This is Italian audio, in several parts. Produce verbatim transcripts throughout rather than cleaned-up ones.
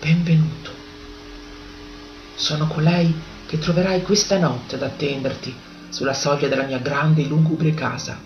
benvenuto. Sono colei che troverai questa notte ad attenderti sulla soglia della mia grande e lugubre casa.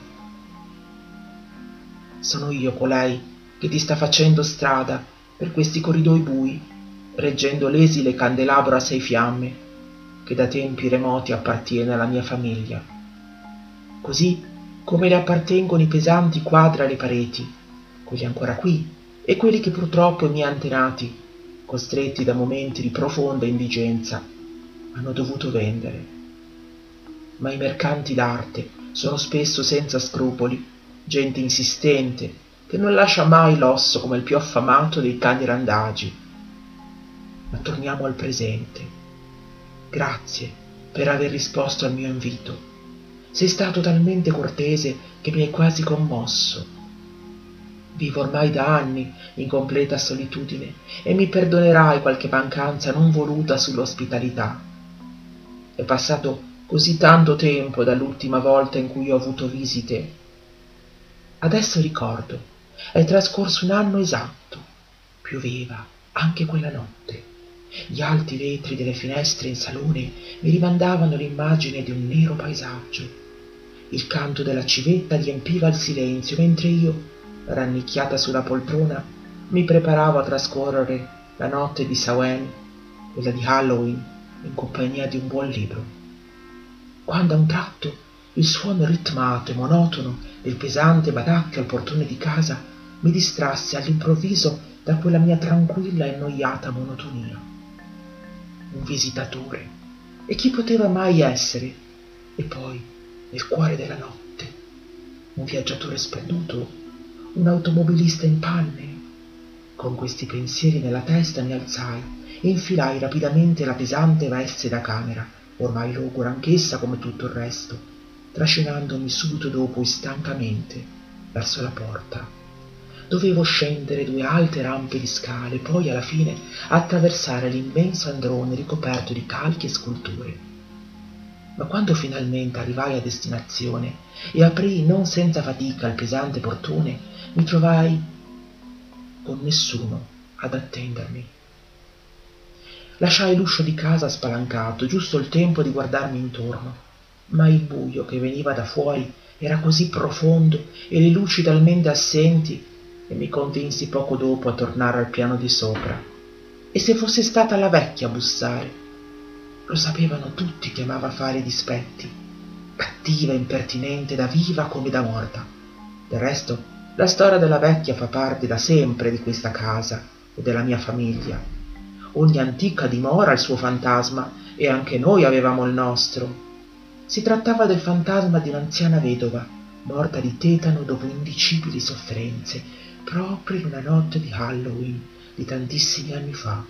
Sono io colei che ti sta facendo strada per questi corridoi bui, reggendo l'esile candelabro a sei fiamme che da tempi remoti appartiene alla mia famiglia, così come le appartengono i pesanti quadri alle pareti, quelli ancora qui e quelli che purtroppo i miei antenati, costretti da momenti di profonda indigenza, hanno dovuto vendere. Ma i mercanti d'arte sono spesso senza scrupoli, gente insistente che non lascia mai l'osso come il più affamato dei cani randagi. Ma torniamo al presente. Grazie per aver risposto al mio invito. Sei stato talmente cortese che mi hai quasi commosso. Vivo ormai da anni in completa solitudine e mi perdonerai qualche mancanza non voluta sull'ospitalità. È passato così tanto tempo dall'ultima volta in cui ho avuto visite. Adesso ricordo, è trascorso un anno esatto. Pioveva anche quella notte. Gli alti vetri delle finestre in salone mi rimandavano l'immagine di un nero paesaggio. Il canto della civetta riempiva il silenzio mentre io, rannicchiata sulla poltrona, mi preparavo a trascorrere la notte di Samhain, quella di Halloween, in compagnia di un buon libro. Quando a un tratto il suono ritmato e monotono del pesante badacchio al portone di casa mi distrasse all'improvviso da quella mia tranquilla e annoiata monotonia. Un visitatore, e chi poteva mai essere? E poi, nel cuore della notte, un viaggiatore sperduto, un automobilista in panne. Con questi pensieri nella testa mi alzai e infilai rapidamente la pesante veste da camera, ormai logora anch'essa come tutto il resto, trascinandomi subito dopo istancamente verso la porta. Dovevo scendere due alte rampe di scale, poi alla fine attraversare l'immenso androne ricoperto di calchi e sculture. Ma quando finalmente arrivai a destinazione e aprii non senza fatica il pesante portone, mi trovai con nessuno ad attendermi. Lasciai l'uscio di casa spalancato, giusto il tempo di guardarmi intorno, ma il buio che veniva da fuori era così profondo e le luci talmente assenti e mi convinsi poco dopo a tornare al piano di sopra. E se fosse stata la vecchia a bussare? Lo sapevano tutti che amava fare i dispetti, cattiva e impertinente da viva come da morta. Del resto, la storia della vecchia fa parte da sempre di questa casa e della mia famiglia. Ogni antica dimora ha il suo fantasma e anche noi avevamo il nostro. Si trattava del fantasma di un'anziana vedova, morta di tetano dopo indicibili sofferenze, proprio in una notte di Halloween di tantissimi anni fa.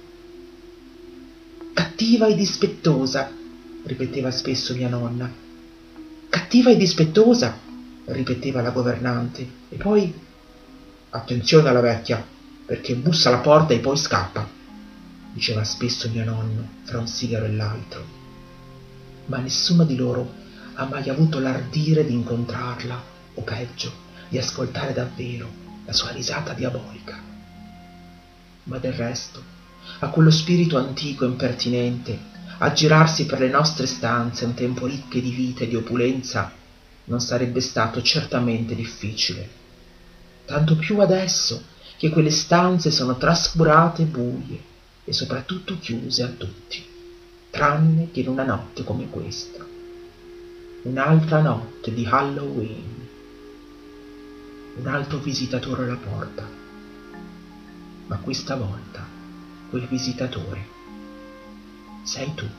Cattiva e dispettosa, ripeteva spesso mia nonna. Cattiva e dispettosa, ripeteva la governante, e poi attenzione alla vecchia, perché bussa alla porta e poi scappa, diceva spesso mio nonno fra un sigaro e l'altro. Ma nessuna di loro ha mai avuto l'ardire di incontrarla, o peggio, di ascoltare davvero la sua risata diabolica. Ma del resto, a quello spirito antico e impertinente, a girarsi per le nostre stanze un tempo ricche di vita e di opulenza, non sarebbe stato certamente difficile. Tanto più adesso che quelle stanze sono trascurate e buie e soprattutto chiuse a tutti, tranne che in una notte come questa. Un'altra notte di Halloween. Un altro visitatore alla porta, ma questa volta quel visitatore sei tu.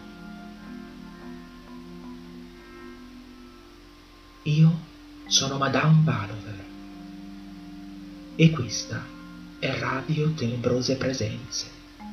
Io sono Madame Valover e questa è Radio Tenebrose Presenze.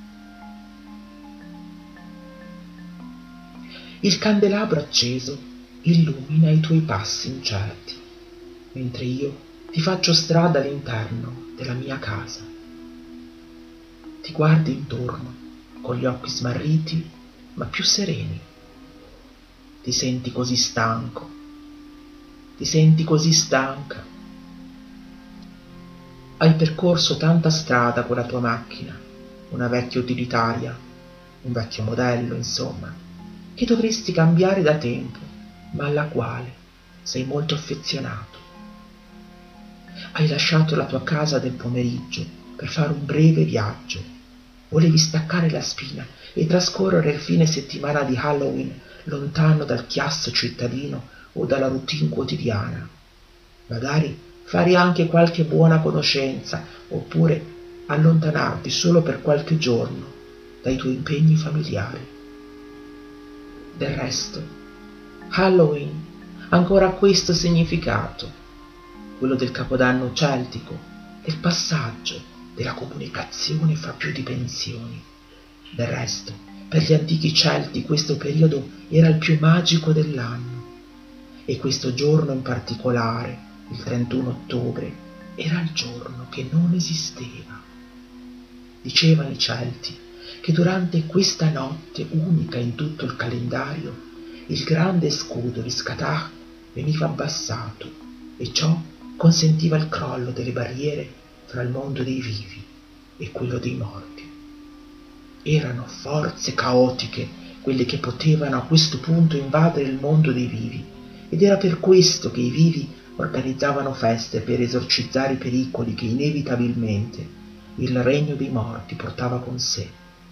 Il candelabro acceso illumina i tuoi passi incerti, mentre io ti faccio strada all'interno della mia casa. Ti guardi intorno con gli occhi smarriti ma più sereni. Ti senti così stanco, ti senti così stanca. Hai percorso tanta strada con la tua macchina una vecchia utilitaria, un vecchio modello, insomma, che dovresti cambiare da tempo, ma alla quale sei molto affezionato. Hai lasciato la tua casa del pomeriggio per fare un breve viaggio. Volevi staccare la spina e trascorrere il fine settimana di Halloween lontano dal chiasso cittadino o dalla routine quotidiana. Magari fare anche qualche buona conoscenza, oppure allontanarti solo per qualche giorno dai tuoi impegni familiari. Del resto, Halloween ha ancora questo significato, quello del capodanno celtico, del passaggio, della comunicazione fra più dimensioni. Del resto, per gli antichi Celti questo periodo era il più magico dell'anno, e questo giorno in particolare, il trentuno ottobre, era il giorno che non esisteva. Dicevano i Celti che durante questa notte unica in tutto il calendario il grande scudo di Skadar veniva abbassato e ciò consentiva il crollo delle barriere fra il mondo dei vivi e quello dei morti. Erano forze caotiche quelle che potevano a questo punto invadere il mondo dei vivi, ed era per questo che i vivi organizzavano feste per esorcizzare i pericoli che inevitabilmente il regno dei morti portava con sé.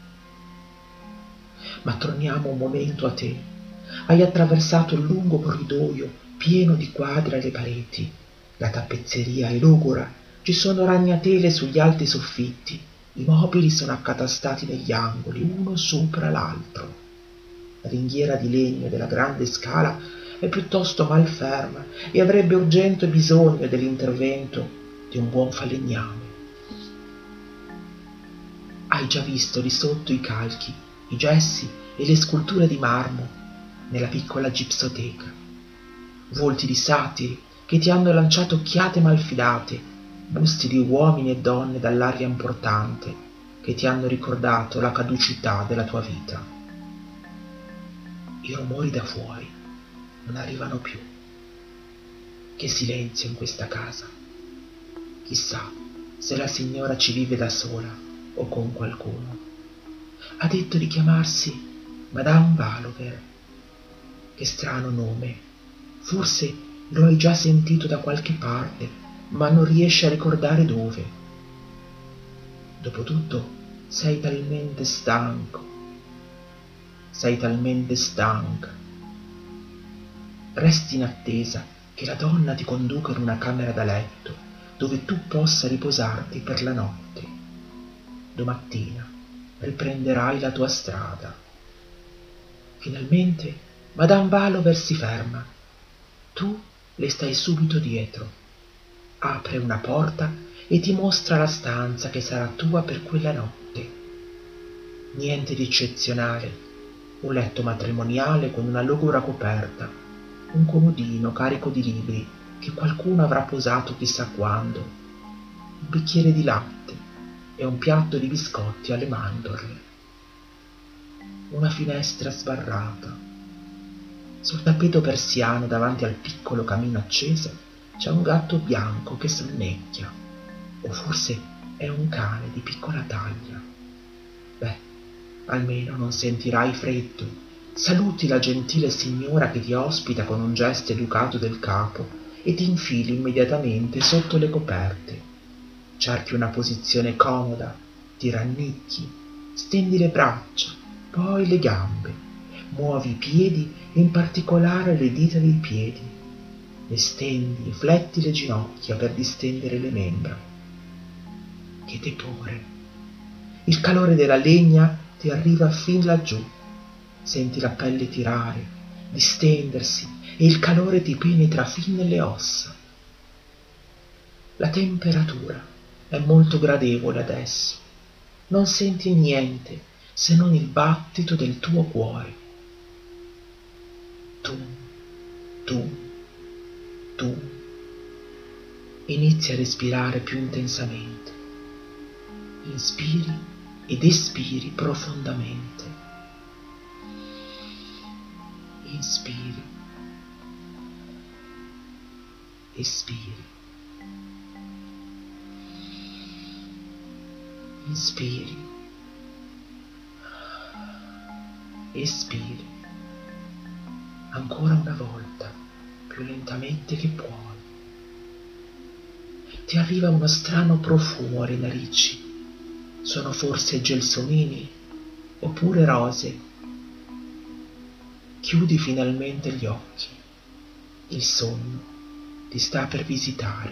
Ma torniamo un momento a te. Hai attraversato il lungo corridoio pieno di quadri alle pareti. La tappezzeria è logora, ci sono ragnatele sugli alti soffitti, i mobili sono accatastati negli angoli, uno sopra l'altro. La ringhiera di legno della grande scala è piuttosto malferma e avrebbe urgente bisogno dell'intervento di un buon falegname. Hai già visto di sotto i calchi, i gessi e le sculture di marmo nella piccola gipsoteca, volti di satiri che ti hanno lanciato occhiate malfidate, busti di uomini e donne dall'aria importante che ti hanno ricordato la caducità della tua vita. I rumori da fuori non arrivano più. Che silenzio in questa casa. Chissà se la signora ci vive da sola o con qualcuno. Ha detto di chiamarsi Madame Valover. Che strano nome. Forse lo hai già sentito da qualche parte, ma non riesci a ricordare dove. Dopotutto sei talmente stanco. Sei talmente stanca. Resti in attesa che la donna ti conduca in una camera da letto dove tu possa riposarti per la notte. Domattina riprenderai la tua strada. Finalmente Madame Valover si ferma. Tu le stai subito dietro. Apre una porta e ti mostra la stanza che sarà tua per quella notte. Niente di eccezionale. Un letto matrimoniale con una logora coperta, un comodino carico di libri che qualcuno avrà posato chissà quando, un bicchiere di latte e un piatto di biscotti alle mandorle. Una finestra sbarrata. Sul tappeto persiano davanti al piccolo camino acceso c'è un gatto bianco che sonnecchia, o forse è un cane di piccola taglia. Beh, almeno non sentirai freddo. Saluti la gentile signora che ti ospita con un gesto educato del capo e ti infili immediatamente sotto le coperte. Cerchi una posizione comoda, ti rannicchi, stendi le braccia, poi le gambe, muovi i piedi e in particolare le dita dei piedi, le stendi e fletti le ginocchia per distendere le membra. Che tepore! Il calore della legna ti arriva fin laggiù, senti la pelle tirare, distendersi e il calore ti penetra fin nelle ossa. La temperatura è molto gradevole adesso, non senti niente se non il battito del tuo cuore. Tu, tu, tu, inizi a respirare più intensamente, inspiri ed espiri profondamente. Inspiri, espiri, inspiri espiri. Ancora una volta, più lentamente che puoi. Ti arriva uno strano profumo alle narici. Sono forse gelsomini oppure rose. Chiudi finalmente gli occhi. Il sonno ti sta per visitare.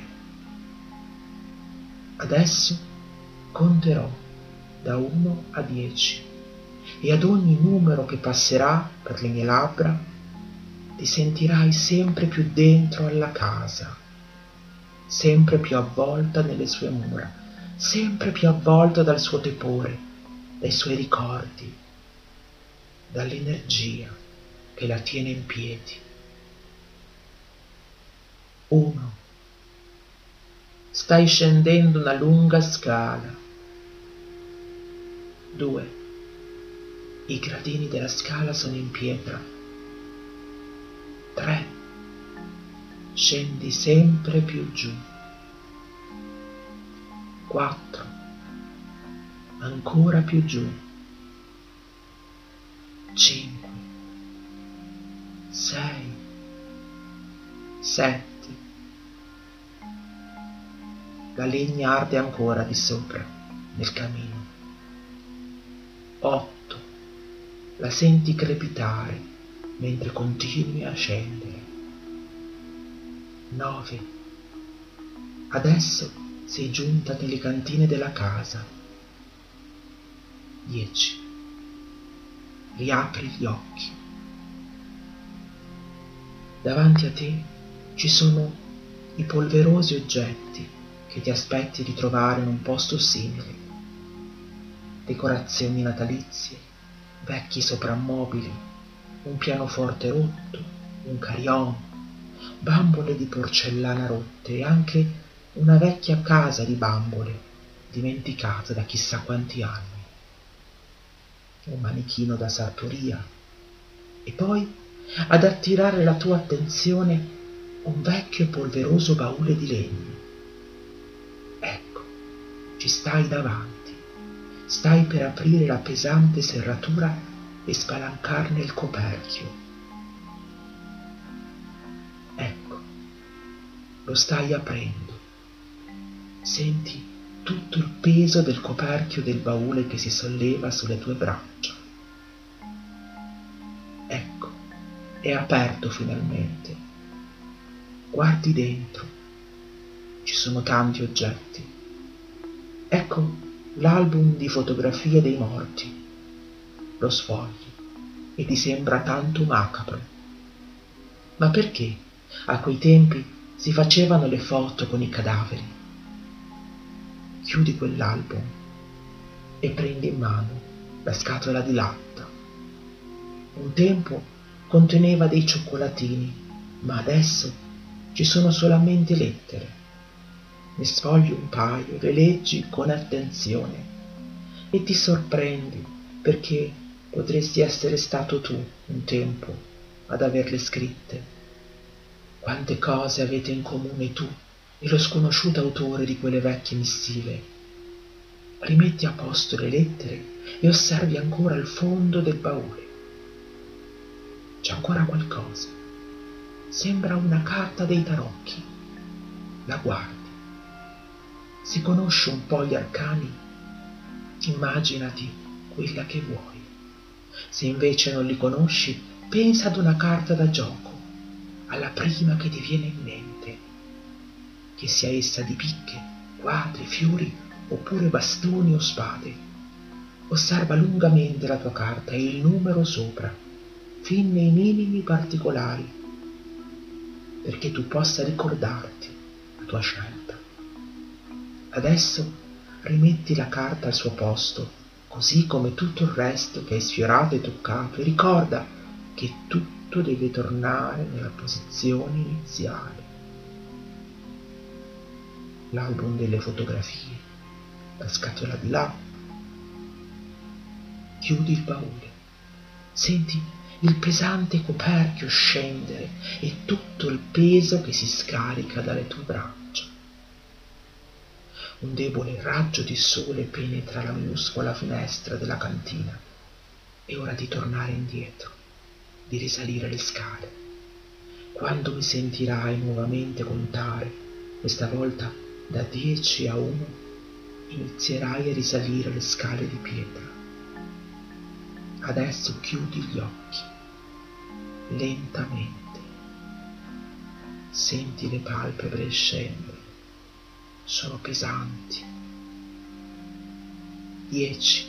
Adesso conterò da uno a dieci e ad ogni numero che passerà per le mie labbra ti sentirai sempre più dentro alla casa, sempre più avvolta nelle sue mura, sempre più avvolta dal suo tepore, dai suoi ricordi, dall'energia che la tiene in piedi. Uno. Stai scendendo una lunga scala. Due. I gradini della scala sono in pietra. Tre. Scendi sempre più giù. Quattro. Ancora più giù. Cinque. Sei. Sette. La legna arde ancora di sopra, nel camino. Otto. La senti crepitare mentre continui a scendere. Nove. Adesso sei giunta nelle cantine della casa. Dieci. Riapri gli occhi. Davanti a te ci sono i polverosi oggetti che ti aspetti di trovare in un posto simile. Decorazioni natalizie, vecchi soprammobili, un pianoforte rotto, un carillon, bambole di porcellana rotte e anche una vecchia casa di bambole dimenticata da chissà quanti anni. Un manichino da sartoria e poi, ad attirare la tua attenzione, un vecchio e polveroso baule di legno. Ecco, ci stai davanti, stai per aprire la pesante serratura e spalancarne il coperchio. Ecco, lo stai aprendo. Senti tutto il peso del coperchio del baule che si solleva sulle tue braccia. Ecco, è aperto finalmente. Guardi dentro. Ci sono tanti oggetti. Ecco l'album di fotografie dei morti. Lo sfogli e ti sembra tanto macabro. Ma perché a quei tempi si facevano le foto con i cadaveri? Chiudi quell'album e prendi in mano la scatola di latta. Un tempo conteneva dei cioccolatini, ma adesso ci sono solamente lettere. Ne sfogli un paio, le leggi con attenzione e ti sorprendi perché potresti essere stato tu un tempo ad averle scritte. Quante cose avete in comune tu e lo sconosciuto autore di quelle vecchie missive. Rimetti a posto le lettere e osservi ancora il fondo del baule. C'è ancora qualcosa. Sembra una carta dei tarocchi. La guardi. Se conosci un po' gli arcani, immaginati quella che vuoi. Se invece non li conosci, pensa ad una carta da gioco, alla prima che ti viene in mente, che sia essa di picche, quadri, fiori oppure bastoni o spade. Osserva lungamente la tua carta e il numero sopra, fin nei minimi particolari, perché tu possa ricordarti la tua scelta. Adesso rimetti la carta al suo posto, così come tutto il resto che hai sfiorato e toccato, e ricorda che tutto deve tornare nella posizione iniziale. L'album delle fotografie, la scatola di latta. Chiudi il baule, senti il pesante coperchio scendere e tutto il peso che si scarica dalle tue braccia. Un debole raggio di sole penetra la minuscola finestra della cantina. È ora di tornare indietro, di risalire le scale. Quando mi sentirai nuovamente contare, questa volta da dieci a uno, inizierai a risalire le scale di pietra. Adesso chiudi gli occhi, lentamente. Senti le palpebre scendere, sono pesanti. Dieci.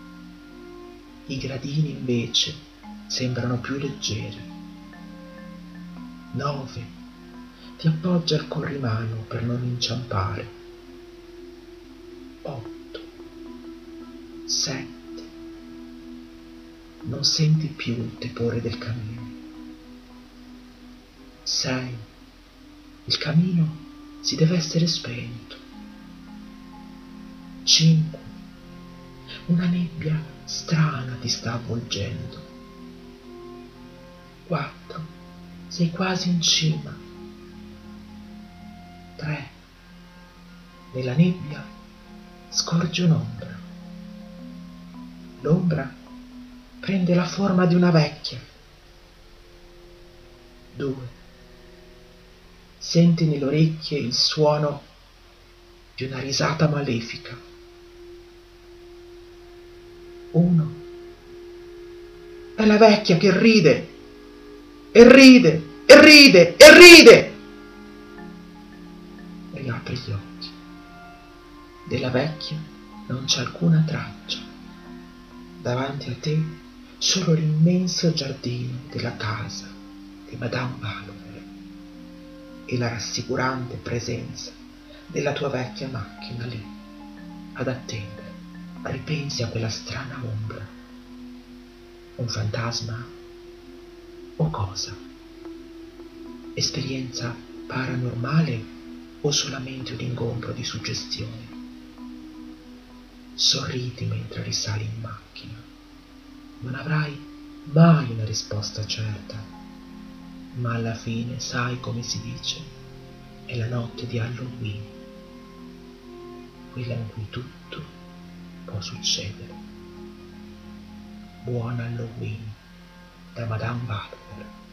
I gradini invece sembrano più leggeri. Nove. Ti appoggia il corrimano per non inciampare. Otto. Sette. Non senti più il tepore del camino. Sei. Il camino si deve essere spento. Cinque. Una nebbia strana ti sta avvolgendo. Quattro. Sei quasi in cima. Tre. Nella nebbia scorgi un'ombra. L'ombra prende la forma di una vecchia. Due. Senti nelle orecchie il suono di una risata malefica. Uno. È la vecchia che ride, e ride, e ride, e ride! E apri gli occhi. Della vecchia non c'è alcuna traccia. Davanti a te solo l'immenso giardino della casa di Madame Ballover e la rassicurante presenza della tua vecchia macchina lì, ad attendere. Ripensi a quella strana ombra. Un fantasma? O cosa? Esperienza paranormale o solamente un ingombro di suggestioni? Sorridi mentre risali in macchina. Non avrai mai una risposta certa, ma alla fine sai come si dice, è la notte di Halloween, quella in cui tutto può succedere. Buon Halloween da Madame Ballover.